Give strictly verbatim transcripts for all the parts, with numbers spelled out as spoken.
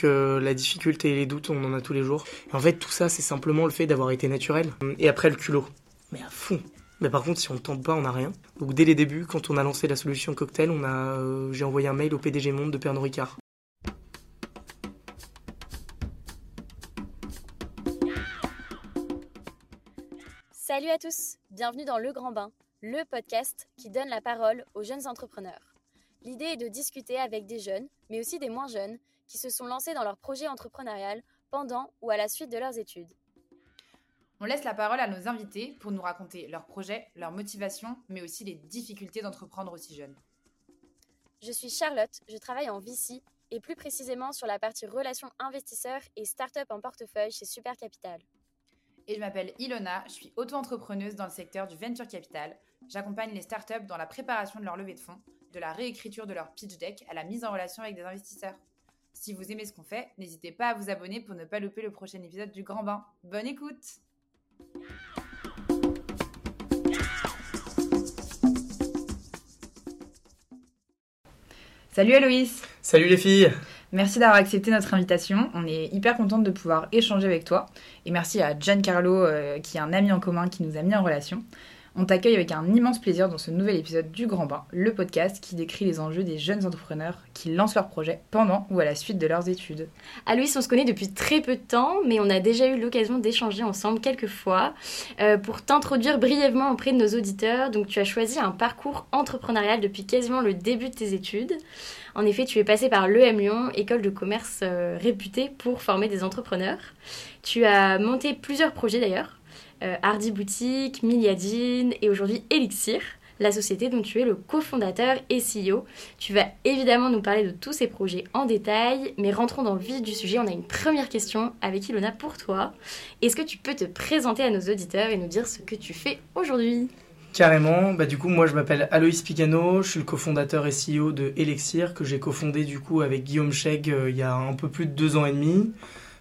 Que la difficulté et les doutes, on en a tous les jours. Et en fait, tout ça, c'est simplement le fait d'avoir été naturel. Et après, le culot. Mais à fond. Mais par contre, si on ne tente pas, on n'a rien. Donc dès les débuts, quand on a lancé la solution cocktail, on a, euh, j'ai envoyé un mail au P D G Monde de Pernod Ricard. Salut à tous, bienvenue dans Le Grand Bain, le podcast qui donne la parole aux jeunes entrepreneurs. L'idée est de discuter avec des jeunes, mais aussi des moins jeunes, qui se sont lancés dans leur projet entrepreneurial pendant ou à la suite de leurs études. On laisse la parole à nos invités pour nous raconter leurs projets, leurs motivations, mais aussi les difficultés d'entreprendre aussi jeune. Je suis Charlotte, je travaille en V C et plus précisément sur la partie relations investisseurs et start-up en portefeuille chez Super Capital. Et je m'appelle Ilona, je suis auto-entrepreneuse dans le secteur du venture capital. J'accompagne les startups dans la préparation de leur levée de fonds, de la réécriture de leur pitch deck à la mise en relation avec des investisseurs. Si vous aimez ce qu'on fait, n'hésitez pas à vous abonner pour ne pas louper le prochain épisode du Grand Bain. Bonne écoute! Salut Aloïs! Salut les filles! Merci d'avoir accepté notre invitation. On est hyper contente de pouvoir échanger avec toi. Et merci à Giancarlo, euh, qui est un ami en commun qui nous a mis en relation. On t'accueille avec un immense plaisir dans ce nouvel épisode du Grand Bain, le podcast qui décrit les enjeux des jeunes entrepreneurs qui lancent leurs projets pendant ou à la suite de leurs études. Aloïs, on se connaît depuis très peu de temps, mais on a déjà eu l'occasion d'échanger ensemble quelques fois. Euh, pour t'introduire brièvement auprès de nos auditeurs, donc tu as choisi un parcours entrepreneurial depuis quasiment le début de tes études. En effet, tu es passé par l'E M Lyon, école de commerce euh, réputée pour former des entrepreneurs. Tu as monté plusieurs projets d'ailleurs. Euh, Hardy Boutique, Miliadine et aujourd'hui Elixir, la société dont tu es le cofondateur et C E O. Tu vas évidemment nous parler de tous ces projets en détail, mais rentrons dans le vif du sujet. On a une première question avec Ilona pour toi. Est-ce que tu peux te présenter à nos auditeurs et nous dire ce que tu fais aujourd'hui ? Carrément, bah du coup moi je m'appelle Aloïs Picano, je suis le cofondateur et C E O de Elixir que j'ai cofondé du coup avec Guillaume Chegg euh, il y a un peu plus de deux ans et demi.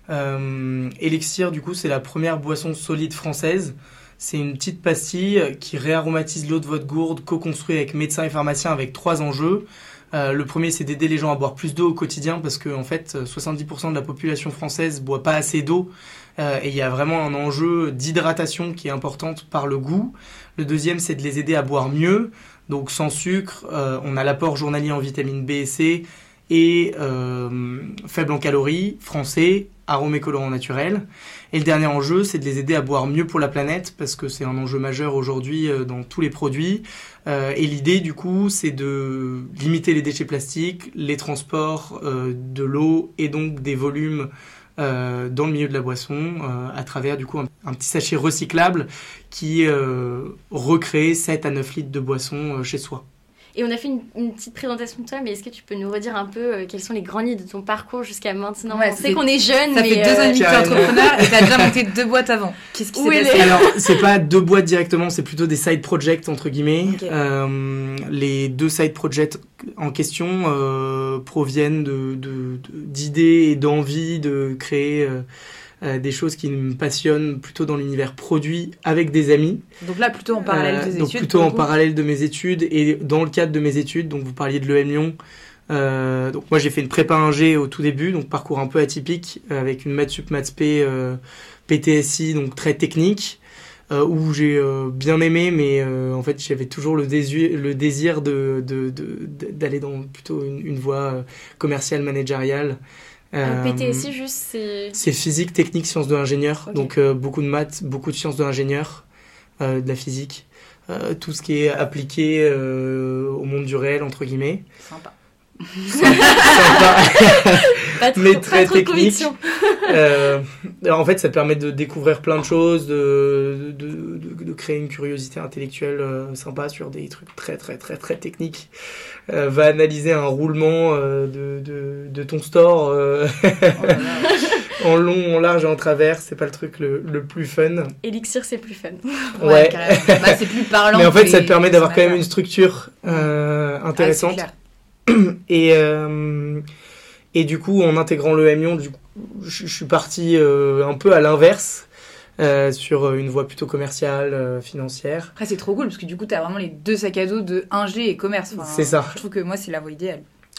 Euh, Elixir, du coup, c'est la première boisson solide française. C'est une petite pastille qui réaromatise l'eau de votre gourde, co-construite avec médecins et pharmaciens avec trois enjeux. Euh, le premier, c'est d'aider les gens à boire plus d'eau au quotidien parce que, en fait, soixante-dix pour cent de la population française boit pas assez d'eau. Euh, et il y a vraiment un enjeu d'hydratation qui est importante par le goût. Le deuxième, c'est de les aider à boire mieux. Donc, sans sucre, euh, on a l'apport journalier en vitamine B et C et euh, faible en calories, français, arômes et colorants naturels. Et le dernier enjeu, c'est de les aider à boire mieux pour la planète, parce que c'est un enjeu majeur aujourd'hui euh, dans tous les produits. Euh, et l'idée, du coup, c'est de limiter les déchets plastiques, les transports euh, de l'eau et donc des volumes euh, dans le milieu de la boisson, euh, à travers, du coup, un, un petit sachet recyclable qui euh, recrée sept à neuf litres de boisson euh, chez soi. Et on a fait une, une petite présentation de toi, mais est-ce que tu peux nous redire un peu euh, quels sont les grandes lignes de ton parcours jusqu'à maintenant ? Ouais, on sait qu'on est jeune, ça mais... Ça fait deux ans et demi que tu es entrepreneur et tu as déjà monté deux boîtes avant. Qu'est-ce qui s'est passé ? les... Alors, c'est pas deux boîtes directement, c'est plutôt des side projects, entre guillemets. Okay. Euh, les deux side projects en question euh, proviennent de, de, de, d'idées et d'envie de créer... Euh, Euh, des choses qui me passionnent plutôt dans l'univers produit avec des amis. Donc là, plutôt en parallèle de tes euh, études. Donc plutôt en parallèle de mes études et dans le cadre de mes études. Donc vous parliez de l'E M Lyon. Euh, donc moi j'ai fait une prépa ingé au tout début, donc parcours un peu atypique euh, avec une maths sup maths p euh, P T S I, donc très technique. Euh, où j'ai euh, bien aimé, mais euh, en fait j'avais toujours le désir, le désir de, de, de, de, d'aller dans plutôt une, une voie commerciale, managériale. Euh, P T S I, juste, c'est... C'est physique, technique, sciences de l'ingénieur. Okay. Donc, euh, beaucoup de maths, beaucoup de sciences de l'ingénieur, euh, de la physique. Euh, tout ce qui est appliqué euh, au monde du réel, entre guillemets. Sympa. Sympa. Pas trop, mais pas très trop technique. euh, alors, en fait, ça permet de découvrir plein de choses, de, de, de, de créer une curiosité intellectuelle euh, sympa sur des trucs très, très, très, très techniques. Euh, va analyser un roulement euh, de, de, de ton store euh, oh là là. En long, en large et en travers. C'est pas le truc le, le plus fun. Elixir, c'est plus fun. Ouais. ouais. Bah, c'est plus parlant. Mais en fait, ça te permet d'avoir quand même une structure euh, intéressante. Ah, et, euh, et du coup, en intégrant l'E M Lyon, du coup, je, je suis parti euh, un peu à l'inverse. Euh, sur une voie plutôt commerciale, euh, financière. Après, c'est trop cool parce que du coup, tu as vraiment les deux sacs à dos de ingé et commerce. Enfin, c'est ça. Je trouve que moi, c'est la voie idéale.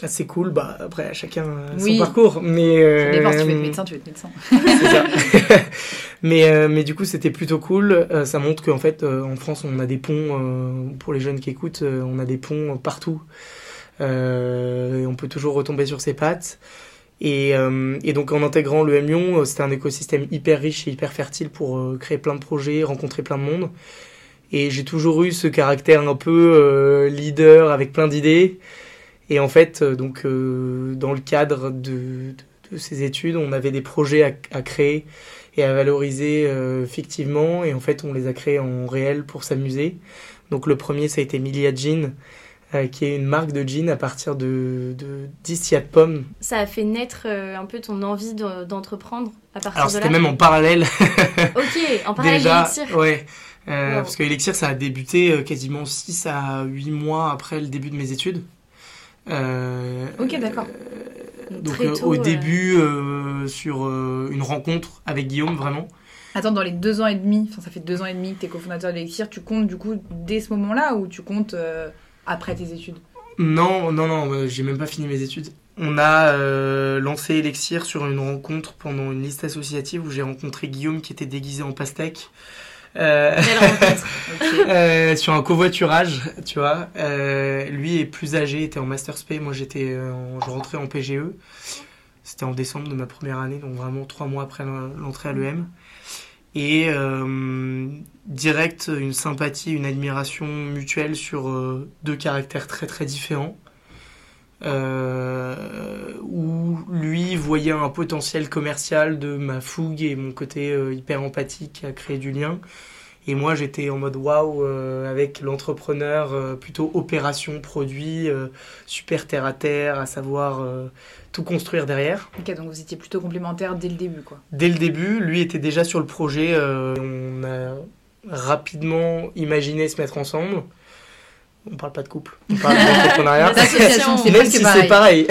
C'est cool, bah après chacun a son Oui. parcours, mais euh, Ça dépend, si tu veux être médecin, tu veux être médecin. c'est ça. mais euh, mais du coup c'était plutôt cool. Euh, ça montre qu'en fait euh, en France on a des ponts euh, pour les jeunes qui écoutent, euh, on a des ponts partout. Euh, et on peut toujours retomber sur ses pattes. Et, euh, et donc en intégrant le M Lyon, c'était un écosystème hyper riche et hyper fertile pour euh, créer plein de projets, rencontrer plein de monde. Et j'ai toujours eu ce caractère un peu euh, leader avec plein d'idées. Et en fait, euh, donc, euh, dans le cadre de, de, de ces études, on avait des projets à, à créer et à valoriser euh, fictivement. Et en fait, on les a créés en réel pour s'amuser. Donc le premier, ça a été Milia Gin, euh, qui est une marque de gin à partir de, de distillats de pommes. Ça a fait naître euh, un peu ton envie de, d'entreprendre à partir Alors de là. c'était même en parallèle. Ok, en parallèle Déjà, d'Elixir. ouais. Euh, Wow. Parce que Elixir, ça a débuté euh, quasiment six à huit mois après le début de mes études. Euh, Ok, d'accord. euh, Donc, donc très euh, tôt, au euh. début, euh, sur euh, une rencontre avec Guillaume, vraiment. Attends, dans les deux ans et demi, enfin ça fait deux ans et demi que t'es cofondateur d'Elixir, tu comptes du coup dès ce moment-là ou tu comptes euh, après tes études? Non, non, non, euh, j'ai même pas fini mes études. On a euh, lancé Elixir sur une rencontre pendant une liste associative où j'ai rencontré Guillaume qui était déguisé en pastèque. Euh, Belle rencontre. Ok. euh, sur un covoiturage, tu vois. Euh, lui est plus âgé, était en Master S P. Moi, j'étais, euh, en- je rentrais en P G E. C'était en décembre de ma première année, donc vraiment trois mois après l'entrée à l'E M. Et euh, direct, une sympathie, une admiration mutuelle sur euh, deux caractères très très différents. Euh, où lui voyait un potentiel commercial de ma fougue et mon côté euh, hyper empathique à créer du lien. Et moi, j'étais en mode waouh, euh, avec l'entrepreneur, euh, plutôt opération, produit, euh, super terre à terre, à savoir euh, tout construire derrière. Ok, donc vous étiez plutôt complémentaires dès le début, quoi. Dès le début, lui était déjà sur le projet. euh, on a rapidement imaginé se mettre ensemble. On parle pas de couple, on parle d'entrepreneuriat. L'association, c'est Même presque si pareil. c'est pareil.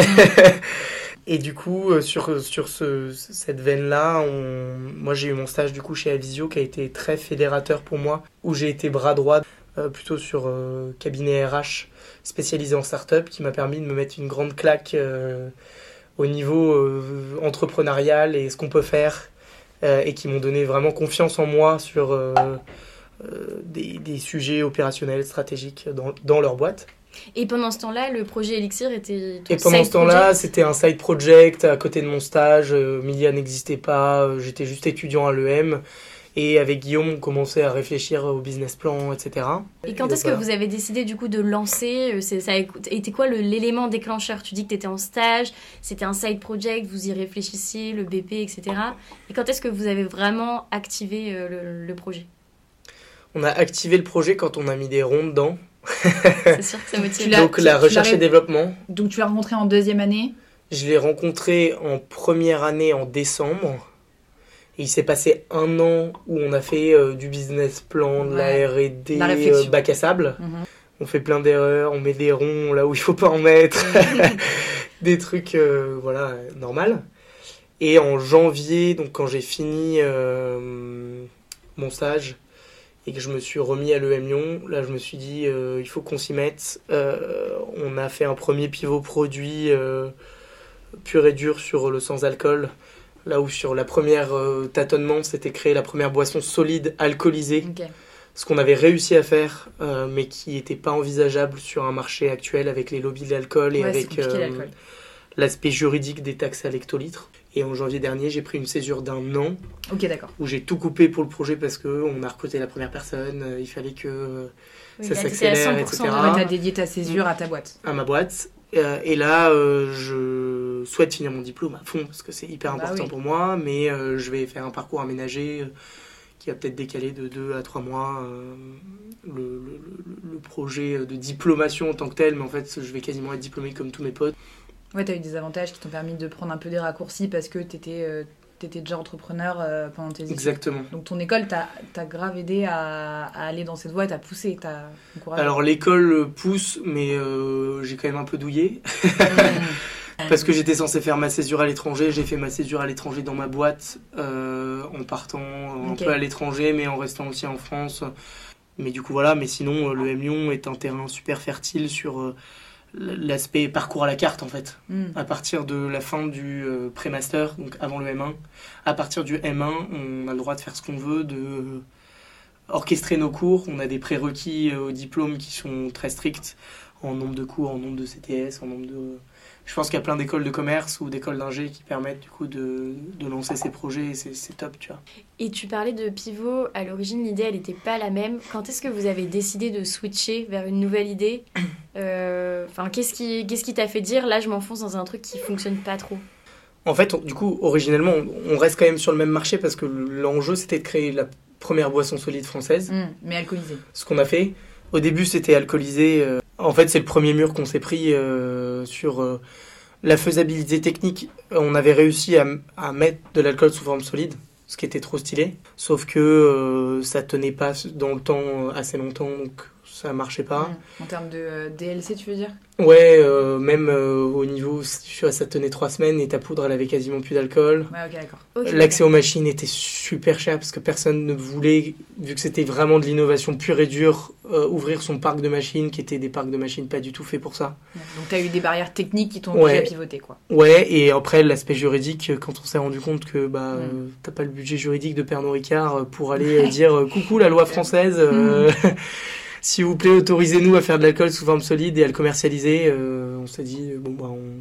Et du coup, euh, sur, sur ce, cette veine-là, on... moi j'ai eu mon stage du coup chez Avisio qui a été très fédérateur pour moi, où j'ai été bras droit euh, plutôt sur euh, cabinet R H spécialisé en start-up, qui m'a permis de me mettre une grande claque euh, au niveau euh, entrepreneurial et ce qu'on peut faire, euh, et qui m'ont donné vraiment confiance en moi sur euh, euh, des, des sujets opérationnels, stratégiques dans, dans leur boîte. Et pendant ce temps-là, le projet Elixir était ton Et pendant side ce temps-là, project. c'était un side project à côté de mon stage. Euh, Milia n'existait pas, euh, j'étais juste étudiant à l'E M. Et avec Guillaume, on commençait à réfléchir au business plan, et cetera. Et quand donc, est-ce que voilà. vous avez décidé du coup de lancer euh, c'est, ça a été quoi le- l'élément déclencheur? Tu dis que tu étais en stage, c'était un side project, vous y réfléchissiez, le B P, et cetera. Et quand est-ce que vous avez vraiment activé euh, le, le projet? On a activé le projet quand on a mis des ronds dedans. C'est sûr que ça motive. Tu l'as- Donc tu- la tu recherche l'as- et développement. Donc tu l'as rencontré en deuxième année. Je l'ai rencontré en première année en décembre. Et il s'est passé un an où on a fait euh, du business plan, de Ouais. la R et D, La réflexion. euh, bac à sable. Mhm. On fait plein d'erreurs, on met des ronds là où il faut pas en mettre. Des trucs, euh, voilà, euh, normal. Et en janvier, donc quand j'ai fini euh, mon stage et que je me suis remis à l'E M Lyon, là je me suis dit, euh, il faut qu'on s'y mette. Euh, on a fait un premier pivot produit euh, pur et dur sur le sans-alcool. Là où sur la première euh, tâtonnement, c'était créer la première boisson solide alcoolisée. Ok. Ce qu'on avait réussi à faire, euh, mais qui n'était pas envisageable sur un marché actuel avec les lobbies de l'alcool et Ouais, c'est avec compliqué, euh, l'alcool. l'aspect juridique des taxes à l'hectolitre. Et en janvier dernier, j'ai pris une césure d'un an Ok, d'accord. où j'ai tout coupé pour le projet parce qu'on a recruté la première personne, euh, il fallait que euh, Oui, ça là, t'étais s'accélère, à cent pour cent et cetera. dedans. Ouais, t'as dédié ta césure à ta boîte. à ma boîte. Euh, et là, euh, je souhaite finir mon diplôme à fond parce que c'est hyper Bah important oui. pour moi, mais euh, je vais faire un parcours aménagé euh, qui va peut-être décaler de deux à trois mois euh, le, le, le- le projet de diplomation en tant que tel, mais en fait, je vais quasiment être diplômé comme tous mes potes. Ouais, t'as eu des avantages qui t'ont permis de prendre un peu des raccourcis parce que t'étais, euh, t'étais déjà entrepreneur euh, pendant tes études. Exactement. Donc ton école t'a, t'a grave aidé à, à aller dans cette voie, t'a poussé, t'a encouragé. Alors, l'école pousse, mais euh, j'ai quand même un peu douillé. Mmh. Parce que j'étais censé faire ma césure à l'étranger, j'ai fait ma césure à l'étranger dans ma boîte, euh, en partant un Ok. peu à l'étranger, mais en restant aussi en France. Mais du coup, voilà, mais sinon, euh, le M Lyon est un terrain super fertile sur euh, l'aspect parcours à la carte en fait. Mm. À partir de la fin du euh, pré-master, donc avant le M un, à partir du M un, on a le droit de faire ce qu'on veut, de euh, orchestrer nos cours. On a des prérequis euh, au diplôme qui sont très stricts en nombre de cours, en nombre de C T S, en nombre de... Je pense qu'il y a plein d'écoles de commerce ou d'écoles d'ingé qui permettent du coup de, de lancer ces projets et c'est, c'est top, tu vois. Et tu parlais de pivot, à l'origine l'idée elle n'était pas la même. Quand est-ce que vous avez décidé de switcher vers une nouvelle idée ? euh, Enfin, qu'est-ce qui, qu'est-ce qui t'a fait dire là je m'enfonce dans un truc qui fonctionne pas trop ? En fait, on- du coup, originellement, on on reste quand même sur le même marché parce que l'enjeu c'était de créer la première boisson solide française. Mm. Mais alcoolisé. Ce qu'on a fait, au début c'était alcoolisé. euh, En fait, c'est le premier mur qu'on s'est pris euh, sur euh, la faisabilité technique. On avait réussi à, à mettre de l'alcool sous forme solide, ce qui était trop stylé. Sauf que euh, ça tenait pas dans le temps assez longtemps, donc ça marchait pas. Mm. En termes de euh, D L C, tu veux dire ? Ouais, euh, même euh, au niveau, tu vois, ça tenait trois semaines et ta poudre, elle avait quasiment plus d'alcool. Ouais, ok, d'accord. Ok, L'accès aux machines était super cher parce que personne ne voulait, vu que c'était vraiment de l'innovation pure et dure, euh, ouvrir son parc de machines qui étaient des parcs de machines pas du tout faits pour ça. Ouais. Donc t'as eu des barrières techniques qui t'ont Ouais. obligé à pivoter, quoi. Ouais, et après l'aspect juridique, quand on s'est rendu compte que bah, Mm. euh, t'as pas le budget juridique de Pernod Ricard euh, pour aller euh, dire euh, coucou la loi française, euh, s'il vous plaît autorisez-nous à faire de l'alcool sous forme solide et à le commercialiser, euh, on s'est dit bon bah on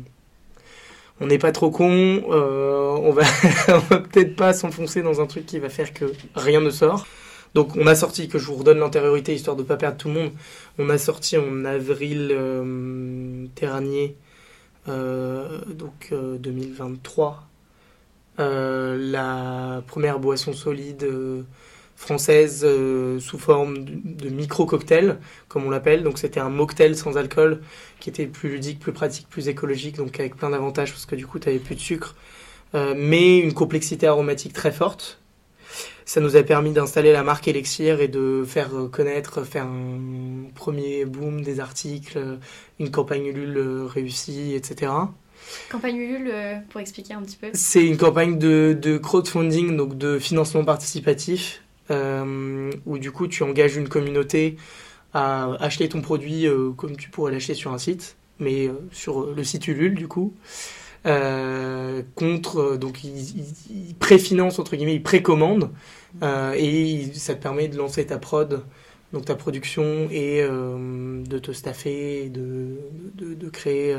on n'est pas trop con, euh, on va on va peut-être pas s'enfoncer dans un truc qui va faire que rien ne sort. Donc on a sorti, que je vous redonne l'antériorité histoire de pas perdre tout le monde, on a sorti en avril euh, dernier, euh, donc euh, deux mille vingt-trois, euh, la première boisson solide euh, française euh, sous forme de, de micro-cocktail, comme on l'appelle. Donc c'était un mocktail sans alcool qui était plus ludique, plus pratique, plus écologique, donc avec plein d'avantages parce que du coup tu n'avais plus de sucre, euh, mais une complexité aromatique très forte. Ça nous a permis d'installer la marque Elixir et de faire connaître, faire un premier boom des articles, une campagne Ulule réussie, et cetera. Campagne Ulule, euh, pour expliquer un petit peu. C'est une campagne de, de crowdfunding, donc de financement participatif, euh, où du coup tu engages une communauté à acheter ton produit euh, comme tu pourrais l'acheter sur un site, mais euh, sur le site Ulule du coup. Euh, contre, euh, donc ils, ils, ils préfinancent entre guillemets, ils précommandent euh, et ils- ça te permet de lancer ta prod, donc ta production et euh, de te staffer, et de, de, de créer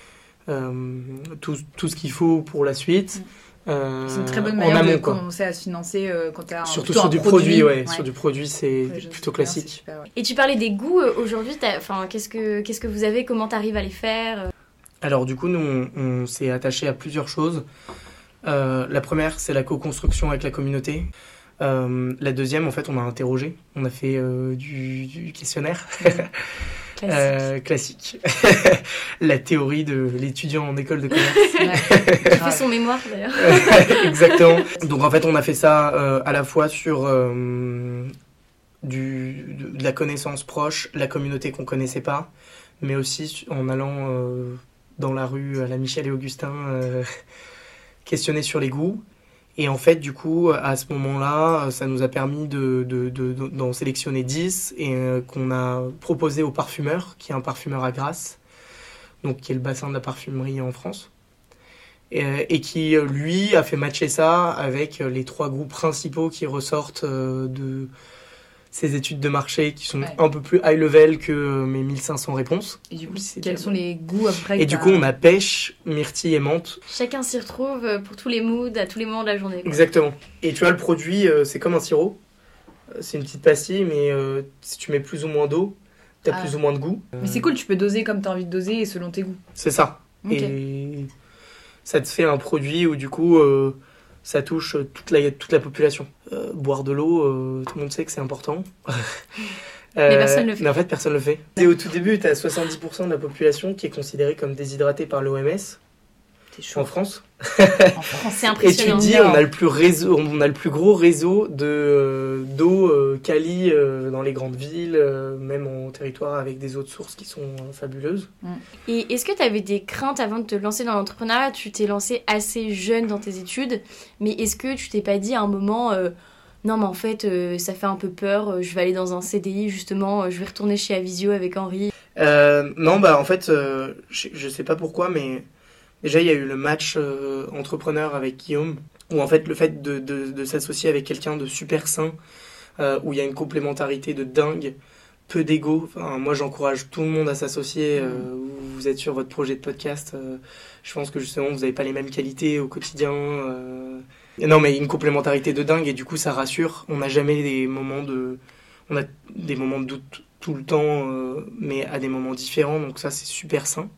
euh, tout, tout ce qu'il faut pour la suite. Euh, C'est une très bonne en manière amont, de quoi. commencer à se financer euh, quand t'as un, Surtout plutôt sur un du produit, ouais. ouais. Sur du produit, c'est Ouais, je plutôt sais bien, c'est classique. super, ouais. Et tu parlais des goûts euh, aujourd'hui, t'as- enfin, qu'est-ce que, qu'est-ce que vous avez, comment t'arrives à les faire ? Alors du coup, nous, on, on s'est attaché à plusieurs choses. Euh, la première, c'est la co-construction avec la communauté. Euh, la deuxième, en fait, on a interrogé. On a fait euh, du, du questionnaire Classique. euh, classique. La théorie de l'étudiant en école de commerce. Ouais. Qui fait son mémoire d'ailleurs. Exactement. Donc en fait, on a fait ça euh, à la fois sur euh, du, de, de la connaissance proche, la communauté qu'on connaissait pas, mais aussi en allant euh, dans la rue à la Michel et Augustin euh, questionner sur les goûts. Et en fait, du coup, à ce moment-là, ça nous a permis de, de, de, de- d'en sélectionner dix et euh, qu'on a proposé au parfumeur, qui est un parfumeur à Grasse, donc qui est le bassin de la parfumerie en France. Et, et qui, euh, lui, a fait matcher ça avec les trois goûts principaux qui ressortent euh, de ces études de marché qui sont Ouais. un peu plus high level que euh, mes mille cinq cents réponses. Et du coup, C'est quels bien. sont les goûts à peu près Et que du t'as- coup, on a pêche, myrtille et menthe. Chacun s'y retrouve euh, pour tous les moods, à tous les moments de la journée. quoi. Exactement. Et tu vois, le produit, euh, c'est comme un sirop. Euh, C'est une petite pastille, mais euh, si tu mets plus ou moins d'eau, t'as Ah. plus ou moins de goût. Mais c'est cool, tu peux doser comme t'as envie de doser et selon tes goûts. C'est ça. Ok. Et ça te fait un produit où du coup euh, ça touche toute la, toute la population. Euh, boire de l'eau, euh, tout le monde sait que c'est important. Mais personne le fait. Mais en fait, personne le fait. Et au tout début, tu as soixante-dix pour cent de la population qui est considérée comme déshydratée par l'O M S C'est chaud. en France. En France. C'est Et tu impressionnant. te dis, on a le plus réseau, on a le plus gros réseau de euh, d'eau euh, quali euh, dans les grandes villes, euh, même en territoire avec des eaux de source qui sont euh, fabuleuses. Et est-ce que tu avais des craintes avant de te lancer dans l'entrepreneuriat ? Tu t'es lancé assez jeune dans tes études, mais est-ce que tu t'es pas dit à un moment, euh, non mais en fait euh, ça fait un peu peur, euh, je vais aller dans un C D I justement, euh, je vais retourner chez Avisio avec Henri. Euh, non, bah en fait, euh, je, je sais pas pourquoi, mais déjà il y a eu le match euh, entrepreneur avec Guillaume, où en fait le fait de, de, de s'associer avec quelqu'un de super sain, euh, où il y a une complémentarité de dingue, peu d'ego. Enfin, moi j'encourage tout le monde à s'associer. Euh, vous êtes sur votre projet de podcast, euh, je pense que justement vous n'avez pas les mêmes qualités au quotidien. Euh... Non, mais une complémentarité de dingue et du coup ça rassure. On n'a jamais des moments de, on a des moments de doute tout le temps, euh, mais à des moments différents. Donc ça c'est super sain.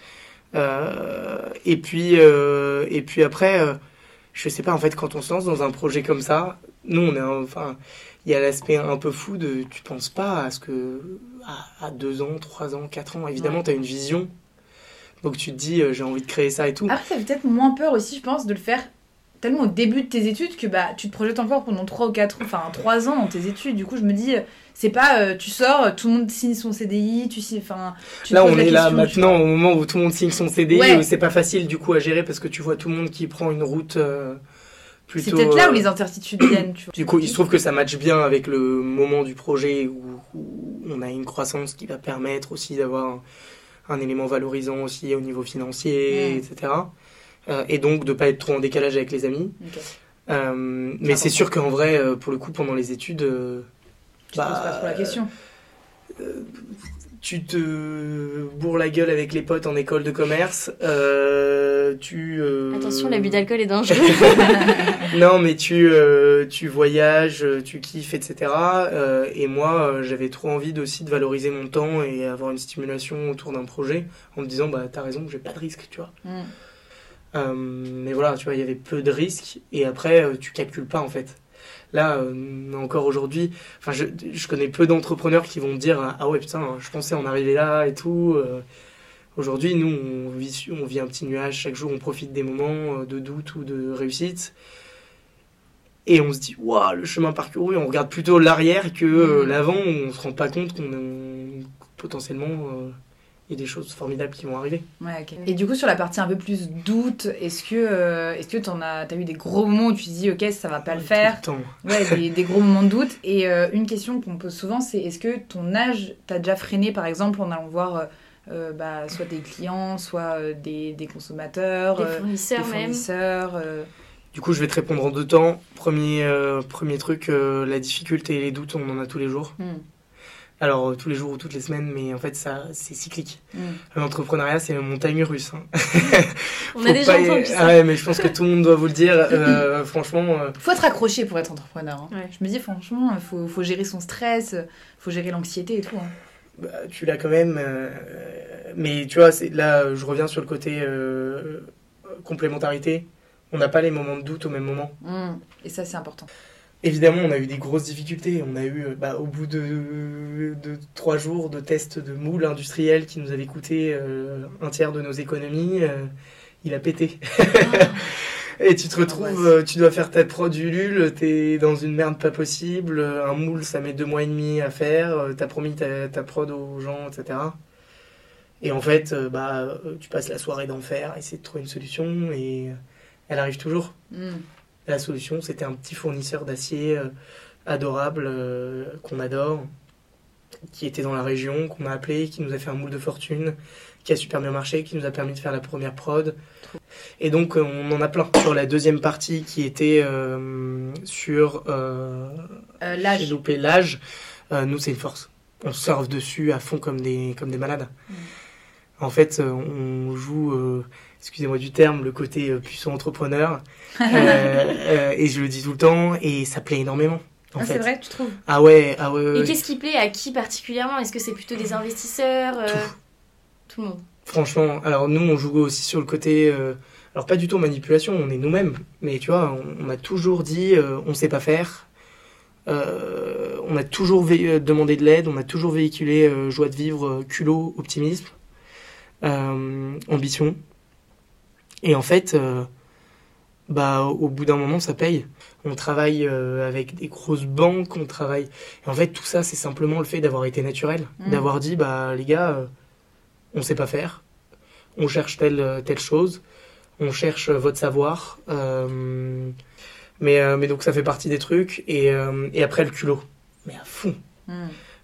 Euh, et puis euh, et puis après, euh, je sais pas en fait quand on se lance dans un projet comme ça, nous on est un, enfin il y a l'aspect un peu fou de tu penses pas à ce que à, à deux ans, trois ans, quatre ans évidemment ouais. Tu as une vision. Donc tu te dis euh, j'ai envie de créer ça et tout. Après ça fait peut-être moins peur aussi je pense de le faire tellement au début de tes études que bah tu te projettes encore pendant trois ou quatre enfin trois ans dans tes études. Du coup je me dis c'est pas euh, tu sors tout le monde signe son C D I tu signes enfin là on est là maintenant au moment où tout le monde signe son C D I ouais. C'est pas facile du coup à gérer parce que tu vois tout le monde qui prend une route euh, plutôt c'est peut-être là euh, où les incertitudes viennent tu vois. Du coup il se trouve que ça matche bien avec le moment du projet où, où on a une croissance qui va permettre aussi d'avoir un, un élément valorisant aussi au niveau financier mmh. etc. Euh, et donc de pas être trop en décalage avec les amis. Okay. Euh, mais c'est sûr qu'en vrai, euh, pour le coup, pendant les études, euh, tu bah, te poses pas trop la question. Euh, tu te bourres la gueule avec les potes en école de commerce. Euh, tu euh... Attention, l'abus d'alcool est dangereux. Non, mais tu euh, tu voyages, tu kiffes, et cetera. Euh, et moi, euh, j'avais trop envie aussi de valoriser mon temps et avoir une stimulation autour d'un projet en me disant, bah t'as raison, j'ai pas de risque, tu vois. Mm. Euh, mais voilà, tu vois, il y avait peu de risques et après, euh, tu calcules pas en fait. Là, euh, encore aujourd'hui, enfin, je, je connais peu d'entrepreneurs qui vont me dire ah ouais putain, je pensais en arriver là et tout. Euh, aujourd'hui, nous, on vit, on vit un petit nuage chaque jour, on profite des moments de doute ou de réussite et on se dit waouh, le chemin parcouru. On regarde plutôt l'arrière que euh, l'avant. On se rend pas compte qu'on est potentiellement euh, il y a des choses formidables qui vont arriver. Ouais, ok. Et du coup, sur la partie un peu plus doute, est-ce que euh, est-ce que t'en as, t'as eu des gros moments où tu te dis, ok, ça va pas ouais, le faire tout le temps. Ouais, des, des gros moments de doute. Et euh, une question qu'on pose souvent, c'est est-ce que ton âge t'a déjà freiné, par exemple, en allant voir euh, bah, soit des clients, soit euh, des, des consommateurs, des fournisseurs, euh, des fournisseurs même. Euh... Du coup, je vais te répondre en deux temps. Premier, euh, premier truc, euh, la difficulté et les doutes, on en a tous les jours. Mm. Alors, euh, tous les jours ou toutes les semaines, mais en fait, ça, c'est cyclique. Mm. L'entrepreneuriat, c'est une montagne russe. Hein. On a déjà entendu ça. Ah ouais, mais je pense que tout le monde doit vous le dire. Euh, franchement... Euh... faut être accroché pour être entrepreneur. Hein. Ouais. Je me dis, franchement, il faut, faut gérer son stress, il faut gérer l'anxiété et tout. Hein. Bah, tu l'as quand même. Euh, mais tu vois, c'est, là, je reviens sur le côté euh, complémentarité. On n'a pas les moments de doute au même moment. Mmh. Et ça, c'est important. Évidemment, on a eu des grosses difficultés. On a eu, bah, au bout de, de trois jours de tests de moule industriel qui nous avait coûté euh, un tiers de nos économies, euh, il a pété. Oh. Et tu te retrouves, euh, tu dois faire ta prod Ulule, t'es dans une merde pas possible. Un moule, ça met deux mois et demi à faire. T'as promis ta, ta prod aux gens, et cetera. Et en fait, euh, bah, tu passes la soirée d'enfer à essayer de trouver une solution et elle arrive toujours. Mm. La solution, c'était un petit fournisseur d'acier euh, adorable, euh, qu'on adore, qui était dans la région, qu'on a appelé, qui nous a fait un moule de fortune, qui a super bien marché, qui nous a permis de faire la première prod. Et donc, euh, on en a plein. Sur la deuxième partie, qui était euh, sur euh, euh, l'âge. J'ai loupé l'âge, euh, nous, c'est une force. On surfe dessus à fond comme des, comme des malades. Mm. En fait, euh, on joue... Euh, excusez-moi du terme, le côté euh, puissant entrepreneur. euh, euh, et je le dis tout le temps, et ça plaît énormément. En ah, fait. C'est vrai, tu trouves ? Ah ouais, ah ouais, ouais. Et ouais. Qu'est-ce qui plaît à qui particulièrement ? Est-ce que c'est plutôt des investisseurs euh... Tout. Tout le monde. Franchement, alors nous, on joue aussi sur le côté... Euh, alors pas du tout manipulation, on est nous-mêmes. Mais tu vois, on, on a toujours dit, euh, on sait pas faire. Euh, on a toujours vé- demandé de l'aide, on a toujours véhiculé euh, joie de vivre, euh, culot, optimisme, euh, ambition. Et en fait, euh, bah, au bout d'un moment, ça paye. On travaille euh, avec des grosses banques, on travaille... Et en fait, tout ça, c'est simplement le fait d'avoir été naturel. Mmh. D'avoir dit, bah, les gars, euh, on sait pas faire. On cherche telle, telle chose. On cherche votre savoir. Euh, mais, euh, mais donc, ça fait partie des trucs. Et, euh, et après, le culot. Mais à fond. Mmh.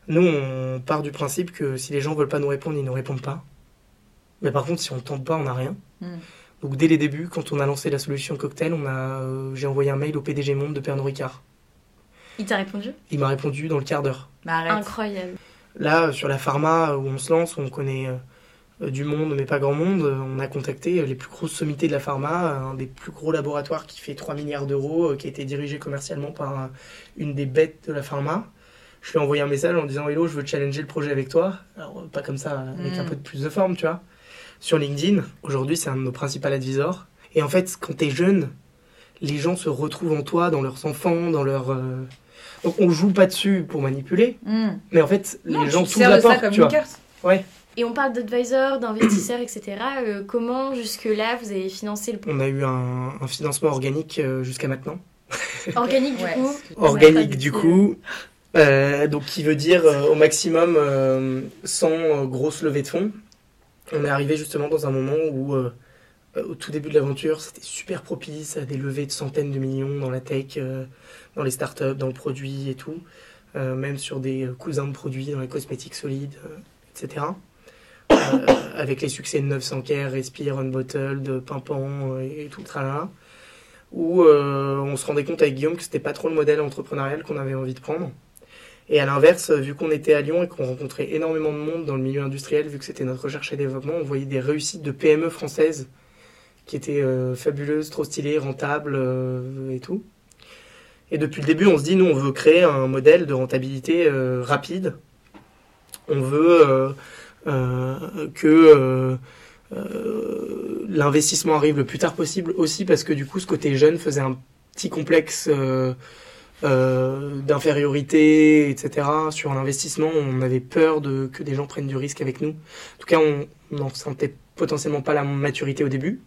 Nous, on part du principe que si les gens veulent pas nous répondre, ils nous répondent pas. Mais par contre, si on ne tente pas, on n'a rien. Mm. Donc dès les débuts, quand on a lancé la solution cocktail, on a, euh, j'ai envoyé un mail au P D G Monde de Pernod Ricard. Il t'a répondu ? Il m'a répondu dans le quart d'heure. Bah arrête. Incroyable. Là, sur la pharma, où on se lance, où on connaît euh, du monde, mais pas grand monde, on a contacté les plus grosses sommités de la pharma, un des plus gros laboratoires qui fait trois milliards d'euros, euh, qui a été dirigé commercialement par euh, une des bêtes de la pharma. Je lui ai envoyé un message en disant « Hello, je veux challenger le projet avec toi ». Alors, pas comme ça, avec mmh. un peu de plus de forme, tu vois. Sur LinkedIn, aujourd'hui, c'est un de nos principaux advisors. Et en fait, quand t'es jeune, les gens se retrouvent en toi, dans leurs enfants, dans leur... Euh... Donc, on joue pas dessus pour manipuler, mmh. mais en fait, non, les gens t'ouvrent la porte, ça comme tu vois. Carte. Ouais. Et on parle d'advisors, d'investisseurs, et cetera. Euh, comment, jusque-là, vous avez financé le projet ? On a eu un, un financement organique euh, jusqu'à maintenant. Organique, du ouais. coup Organique, du coup... Euh, donc qui veut dire euh, au maximum euh, sans euh, grosse levée de fonds. On est arrivé justement dans un moment où euh, euh, au tout début de l'aventure c'était super propice à des levées de centaines de millions dans la tech, euh, dans les startups, dans le produit et tout, euh, même sur des euh, cousins de produits dans les cosmétiques solides, euh, et cetera. Euh, avec les succès de neuf cents Care, Respire, Unbottled, Pimpant euh, et tout le tralala, où euh, on se rendait compte avec Guillaume que c'était pas trop le modèle entrepreneurial qu'on avait envie de prendre. Et à l'inverse, vu qu'on était à Lyon et qu'on rencontrait énormément de monde dans le milieu industriel, vu que c'était notre recherche et développement, on voyait des réussites de P M E françaises qui étaient euh, fabuleuses, trop stylées, rentables euh, et tout. Et depuis le début, on se dit, nous, on veut créer un modèle de rentabilité euh, rapide. On veut euh, euh, que euh, euh, l'investissement arrive le plus tard possible aussi parce que du coup, ce côté jeune faisait un petit complexe... Euh, Euh, d'infériorité, et cetera. Sur l'investissement, on avait peur de, que des gens prennent du risque avec nous. En tout cas, on n'en sentait potentiellement pas la maturité au début.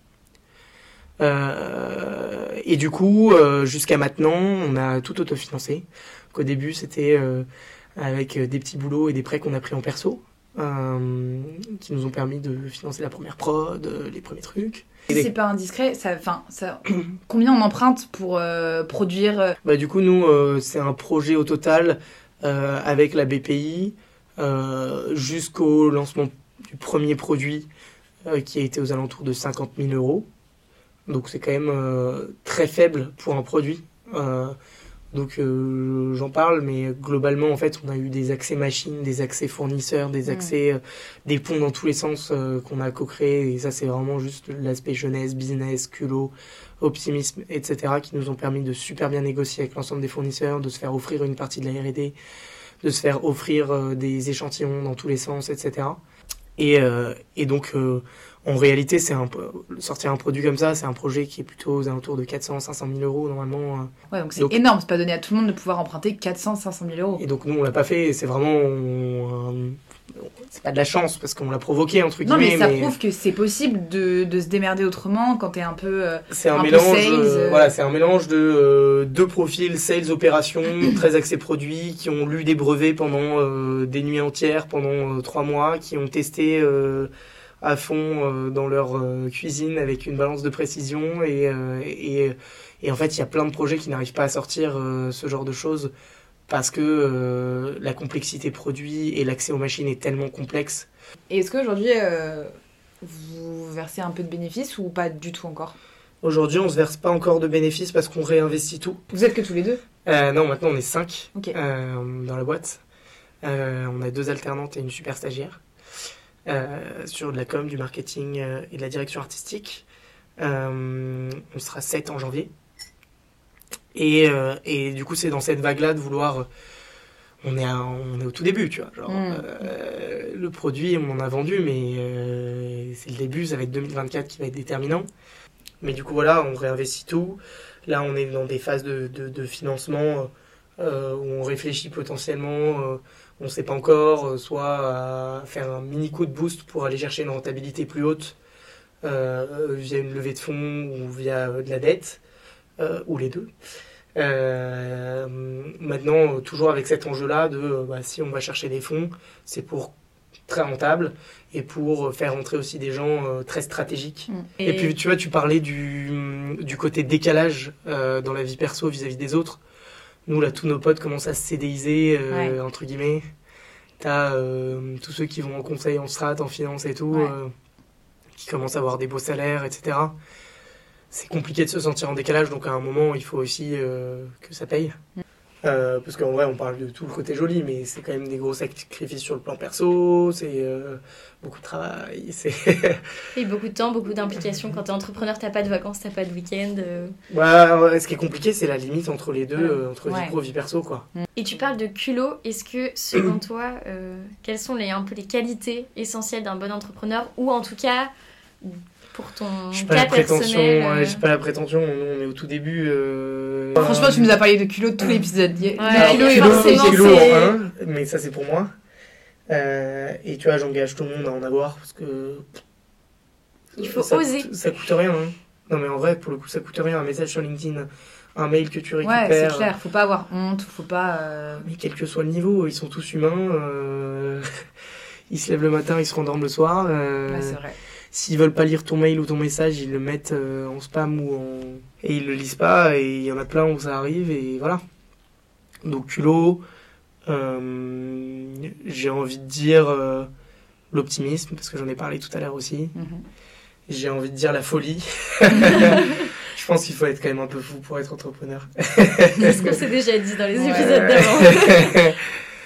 Euh, et du coup, euh, jusqu'à maintenant, on a tout autofinancé. Donc, au début, c'était euh, avec des petits boulots et des prêts qu'on a pris en perso, euh, qui nous ont permis de financer la première prod, les premiers trucs. Si c'est pas indiscret, ça, fin, ça, combien on emprunte pour euh, produire euh... Bah, du coup, nous, euh, c'est un projet au total euh, avec la B P I euh, jusqu'au lancement du premier produit euh, qui a été aux alentours de cinquante mille euros. Donc, c'est quand même euh, très faible pour un produit. Euh, donc, euh, j'en parle, mais globalement, en fait, on a eu des accès machines, des accès fournisseurs, des accès, mmh. euh, des ponts dans tous les sens euh, qu'on a co-créés. Et ça, c'est vraiment juste l'aspect jeunesse, business, culot, optimisme, et cetera qui nous ont permis de super bien négocier avec l'ensemble des fournisseurs, de se faire offrir une partie de la R et D, de se faire offrir euh, des échantillons dans tous les sens, et cetera. Et, euh, et donc, euh, en réalité, c'est un, sortir un produit comme ça, c'est un projet qui est plutôt aux alentours de quatre cents à cinq cent mille euros normalement. Ouais, donc c'est donc, énorme, c'est pas donné à tout le monde de pouvoir emprunter quatre cents à cinq cent mille euros. Et donc nous, on l'a pas fait, c'est vraiment... On, c'est pas de la chance, parce qu'on l'a provoqué, entre guillemets. Non, mais ça mais... prouve que c'est possible de, de se démerder autrement quand t'es un peu euh, C'est un, un mélange, peu sales. Euh... Voilà, c'est un mélange de euh, deux profils, sales, opérations, très axés produits, qui ont lu des brevets pendant euh, des nuits entières, pendant euh, trois mois, qui ont testé... Euh, à fond euh, dans leur euh, cuisine avec une balance de précision et, euh, et, et en fait il y a plein de projets qui n'arrivent pas à sortir euh, ce genre de choses parce que euh, la complexité produit et l'accès aux machines est tellement complexe. Et est-ce qu'aujourd'hui euh, vous versez un peu de bénéfices ou pas du tout encore ? Aujourd'hui on se verse pas encore de bénéfices parce qu'on réinvestit tout. Vous êtes que tous les deux ? euh, Non, maintenant on est cinq okay. euh, dans la boîte. Euh, on a deux alternantes et une super stagiaire. Euh, sur de la com, du marketing euh, et de la direction artistique. Euh, on sera sept en janvier. Et, euh, et du coup, c'est dans cette vague-là de vouloir... On est, à, on est au tout début, tu vois. Genre, mmh. euh, le produit, on en a vendu, mais euh, c'est le début, ça va être deux mille vingt-quatre qui va être déterminant. Mais du coup, voilà, on réinvestit tout. Là, on est dans des phases de, de, de financement euh, où on réfléchit potentiellement... Euh, on ne sait pas encore, soit à faire un mini coup de boost pour aller chercher une rentabilité plus haute euh, via une levée de fonds ou via de la dette, euh, ou les deux. Euh, maintenant, toujours avec cet enjeu-là de bah, si on va chercher des fonds, c'est pour très rentable et pour faire rentrer aussi des gens euh, très stratégiques. Et... et puis tu vois, tu parlais du, du côté décalage euh, dans la vie perso vis-à-vis des autres. Nous, là, tous nos potes commencent à se C D I ser, euh, ouais. entre guillemets. t'as euh, tous ceux qui vont en conseil, en strat, en finance et tout, Ouais. euh, qui commencent à avoir des beaux salaires, et cetera. C'est compliqué de se sentir en décalage, donc à un moment, il faut aussi euh, que ça paye. Mm. Euh, parce qu'en vrai, on parle de tout le côté joli, mais c'est quand même des gros sacrifices sur le plan perso, c'est euh, beaucoup de travail, c'est... Et beaucoup de temps, beaucoup d'implications. Quand t'es entrepreneur, t'as pas de vacances, t'as pas de week-end. euh. Ouais, ouais, ce qui est compliqué, c'est la limite entre les deux, Ouais. euh, entre Ouais. vie pro, vie perso, quoi. Et tu parles de culot. Est-ce que, selon toi, euh, quelles sont les, un peu les qualités essentielles d'un bon entrepreneur, ou en tout cas, pour ton J'ai pas cas la prétention, personnel euh, ouais, j'ai pas la prétention, nous, on est au tout début. Euh... Franchement, tu nous as parlé de culot tout l'épisode. Il y a- Ouais, il y a alors, culot et Kilo, l'autre, forcément, c'est- kilo c'est- en un, mais ça c'est pour moi. Euh, et tu vois, j'engage tout le monde à en avoir parce que. Il faut ça oser. Coûte, ça coûte rien. Hein. Non, mais en vrai, pour le coup, ça coûte rien. Un message sur LinkedIn, un mail que tu Ouais, récupères. c'est clair. Faut pas avoir honte. Faut pas. euh, Mais quel que soit le niveau, ils sont tous humains. euh, Ils se lèvent le matin, ils se rendorment le soir. euh, Ouais, c'est vrai. S'ils veulent pas lire ton mail ou ton message, ils le mettent euh, en spam ou en... Et ils le lisent pas, et il y en a plein où ça arrive, et voilà. Donc culot, euh, j'ai envie de dire euh, l'optimisme, parce que j'en ai parlé tout à l'heure aussi. Mhm. J'ai envie de dire la folie. Je pense qu'il faut être quand même un peu fou pour être entrepreneur. C'est ce qu'on s'est déjà dit dans les Ouais. épisodes d'avant.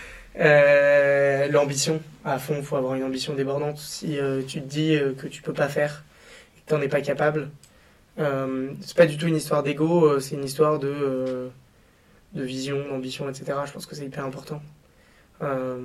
Euh, l'ambition, à fond, il faut avoir une ambition débordante. Si euh, tu te dis euh, que tu peux pas faire et que tu n'en es pas capable, euh, c'est pas du tout une histoire d'ego, euh, c'est une histoire de, euh, de vision, d'ambition, et cetera. Je pense que c'est hyper important. Euh,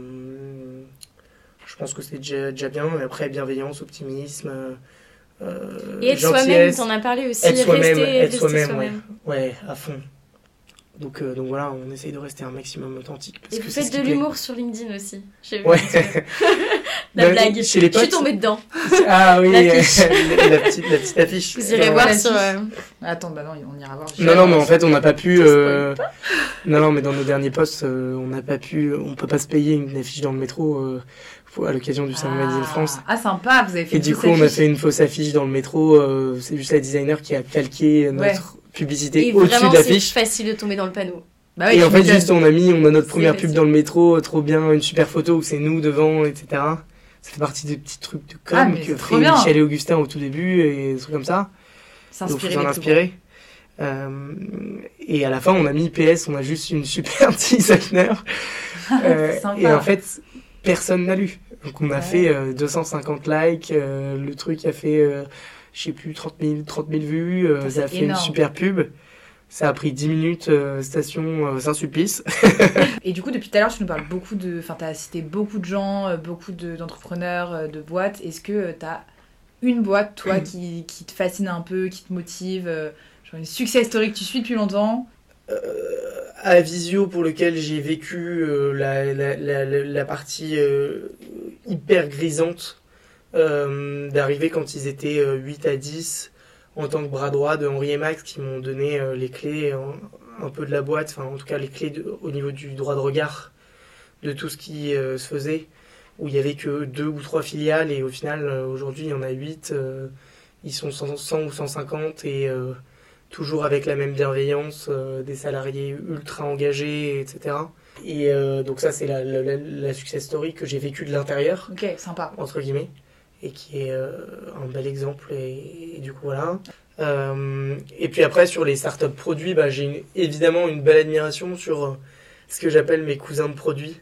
je pense que c'est déjà, déjà bien. Et après, bienveillance, optimisme, euh, Et être soi-même, gentillesse. t'en as parlé aussi. Être soi-même, rester, être rester soi-même, soi-même. ouais. Ouais, à fond. Donc, euh, donc voilà, on essaye de rester un maximum authentique. Parce Et que vous c'est faites ce qui de plaît. l'humour sur LinkedIn aussi. J'ai vu Ouais. un petit peu. La Bah, blague. chez les Je suis potes. tombée dedans. Ah oui, L'affiche. la, la petite, la petite affiche. Vous irez Euh, voir la sur. fiche. euh, Attends, bah non, on ira voir. Non, non, mais en fait, on n'a pas pu. Je euh, spoil Non, non, mais dans nos derniers posts, euh, on n'a pas pu. On peut pas se payer une affiche dans le métro euh, faut- à l'occasion du Salon Made in France. Ah, sympa, vous avez fait Et une du fausse coup, on a affiche. fait une fausse affiche dans le métro. euh, c'est juste la designer qui a calqué notre publicité Et au-dessus vraiment, de c'est l'affiche. facile de tomber dans le panneau. Bah ouais, Et tu en fait, m'étonnes. juste, on a mis, on a notre C'est première pub facile. dans le métro, trop bien, une super photo où c'est nous devant, et cetera. Ça fait partie des petits trucs de com Ah, mais que c'est fait trop bien. Michel et Augustin au tout début et des trucs comme ça. Donc, S'inspirer faut s'en des inspirer. Euh, et à la fin, on a mis P S, on a juste une super designer. Euh, C'est sympa. et en fait, personne n'a lu. Donc, on a Ouais. fait euh, deux cent cinquante likes. euh, le truc a fait, euh, je sais plus, trente mille, trente mille vues. euh, Putain, ça a c'est fait énorme. une super pub. Ça a pris dix minutes, euh, station euh, Saint-Sulpice. Et du coup, depuis tout à l'heure, tu nous parles beaucoup de. Enfin, t'as cité beaucoup de gens, euh, beaucoup de- d'entrepreneurs, euh, de boîtes. Est-ce que euh, t'as une boîte, toi, qui, qui te fascine un peu, qui te motive euh, genre une success story que tu suis depuis longtemps? À Visio, pour lequel j'ai vécu euh, la, la, la, la- la partie euh, hyper grisante euh, d'arriver quand ils étaient euh, huit à dix en tant que bras droit de Henri et Max, qui m'ont donné euh, les clés un, un peu de la boîte, enfin en tout cas les clés de- au niveau du droit de regard de tout ce qui euh, se faisait, où il y avait que deux ou trois filiales et au final euh, aujourd'hui il y en a huit, euh, ils sont cent, cent ou cent cinquante et euh, toujours avec la même bienveillance, euh, des salariés ultra engagés, et cetera. Et euh, donc ça, c'est la, la, la- la success story que j'ai vécue de l'intérieur, Ok, sympa. entre guillemets, et qui est euh, un bel exemple, et, et du coup, voilà. Euh, et puis après, sur les startups produits, bah, j'ai une- évidemment une belle admiration sur euh, ce que j'appelle mes cousins de produits,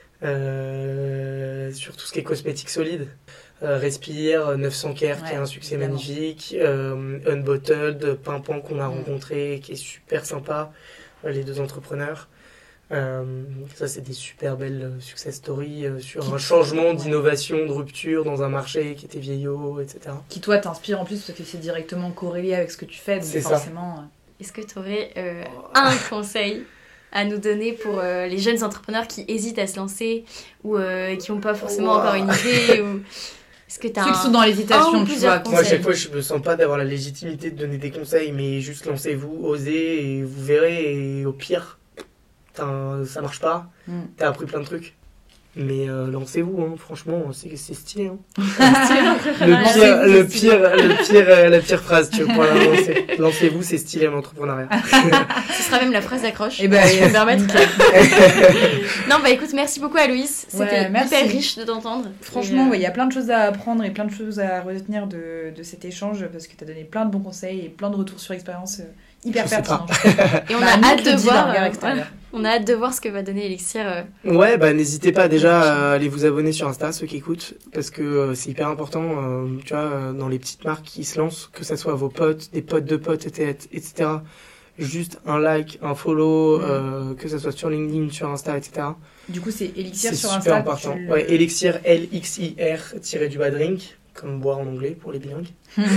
euh, sur tout ce qui est cosmétique solide. Euh, Respire, neuf cents Care qui Ouais, a un succès évidemment. magnifique, euh, Unbottled, Pimpant qu'on a Mm. rencontré, qui est super sympa, euh, les deux entrepreneurs. Euh, ça, c'est des super belles euh, success stories euh, sur Qui- un changement ouais. d'innovation, de rupture dans un marché qui était vieillot, et cetera. Qui, toi, t'inspire en plus parce que c'est directement corrélé avec ce que tu fais. Donc, C'est ça. forcément. euh, Est-ce que tu aurais euh, un conseil à nous donner pour euh, les jeunes entrepreneurs qui hésitent à se lancer ou euh, qui n'ont pas forcément Wow. encore une idée ou... Est-ce que t'as Ceux qui un... sont dans un l'hésitation, ou tu plusieurs vois. Moi, à conseils. chaque fois, je me sens pas d'avoir la légitimité de donner des conseils, mais juste lancez-vous, osez, et vous verrez, et au pire, t'as un- ça marche pas, Mm. t'as appris plein de trucs. Mais euh, lancez-vous, hein, franchement, c'est, c'est stylé. Hein. le pire, le pire, le pire, euh, la pire phrase, tu veux pour la lancer. Lancez-vous, c'est stylé l'entrepreneuriat. Ce sera même la phrase d'accroche. Et ben, je vais me permettre. Non, bah écoute, merci beaucoup Aloïs. C'était Ouais, merci. hyper riche de t'entendre. Franchement, Et, ouais, il y a plein de choses à apprendre et plein de choses à retenir de, de cet échange parce que tu as donné plein de bons conseils et plein de retours sur expérience euh, hyper Je sais pertinents. Et on Bah, a nous, hâte on te de dit voir. d'un regard euh, extérieur. On a hâte de voir ce que va donner Elixir. euh. Ouais, bah n'hésitez pas déjà à aller vous abonner sur Insta, ceux qui écoutent, parce que euh, c'est hyper important, euh, tu vois, euh, dans les petites marques qui se lancent, que ça soit vos potes, des potes de potes, et cetera. Juste un like, un follow, Mm. euh, que ça soit sur LinkedIn, sur Insta, et cetera. Du coup, c'est Elixir C'est sur super Insta. important. tu le- Ouais, Elixir, L X I R, tiré du bas drink, comme boire en anglais pour les bilingues.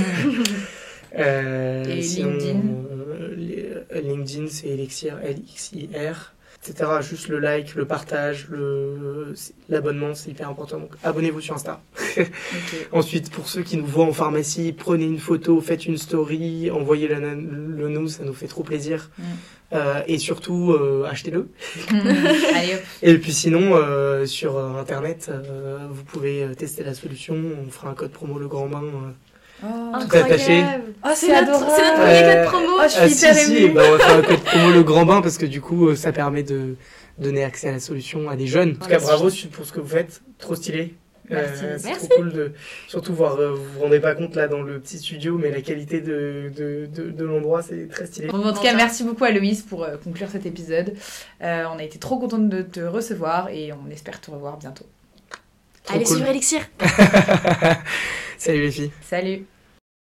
Euh, Et sinon, LinkedIn euh, les- euh, LinkedIn, c'est Elixir, L X I R, et cetera. Juste le like, le partage, le, c'est- l'abonnement, c'est hyper important. Donc abonnez-vous sur Insta. Ok. Ensuite, pour ceux qui nous voient en pharmacie, prenez une photo, faites une story, envoyez-le le nous, ça nous fait trop plaisir. Mm. Euh, et surtout, euh, achetez-le. Allez hop. Et puis sinon, euh, sur euh, Internet, euh, vous pouvez euh, tester la solution. On fera un code promo Le Grand Bain. euh, Oh, Tout attaché. Incroyable. Oh, c'est C'est notre, adorable. c'est notre Ouais. premier code promo. Oh, je suis Ah, hyper si, si, émue. bah, on va faire un code promo Le Grand Bain parce que du coup, euh, ça permet de donner accès à la solution à des jeunes. En tout cas, Ouais, bravo pour ce que vous faites. Trop stylé. Merci. Euh, c'est Merci. trop cool de surtout voir. euh, vous vous rendez pas compte là dans le petit studio, mais la qualité de, de, de, de l'endroit, c'est très stylé. Bon, en tout cas, merci beaucoup à Loïs pour euh, conclure cet épisode. Euh, on a été trop contente de te recevoir et on espère te revoir bientôt. Trop Allez cool. suivre Elixir. Salut les filles. Salut.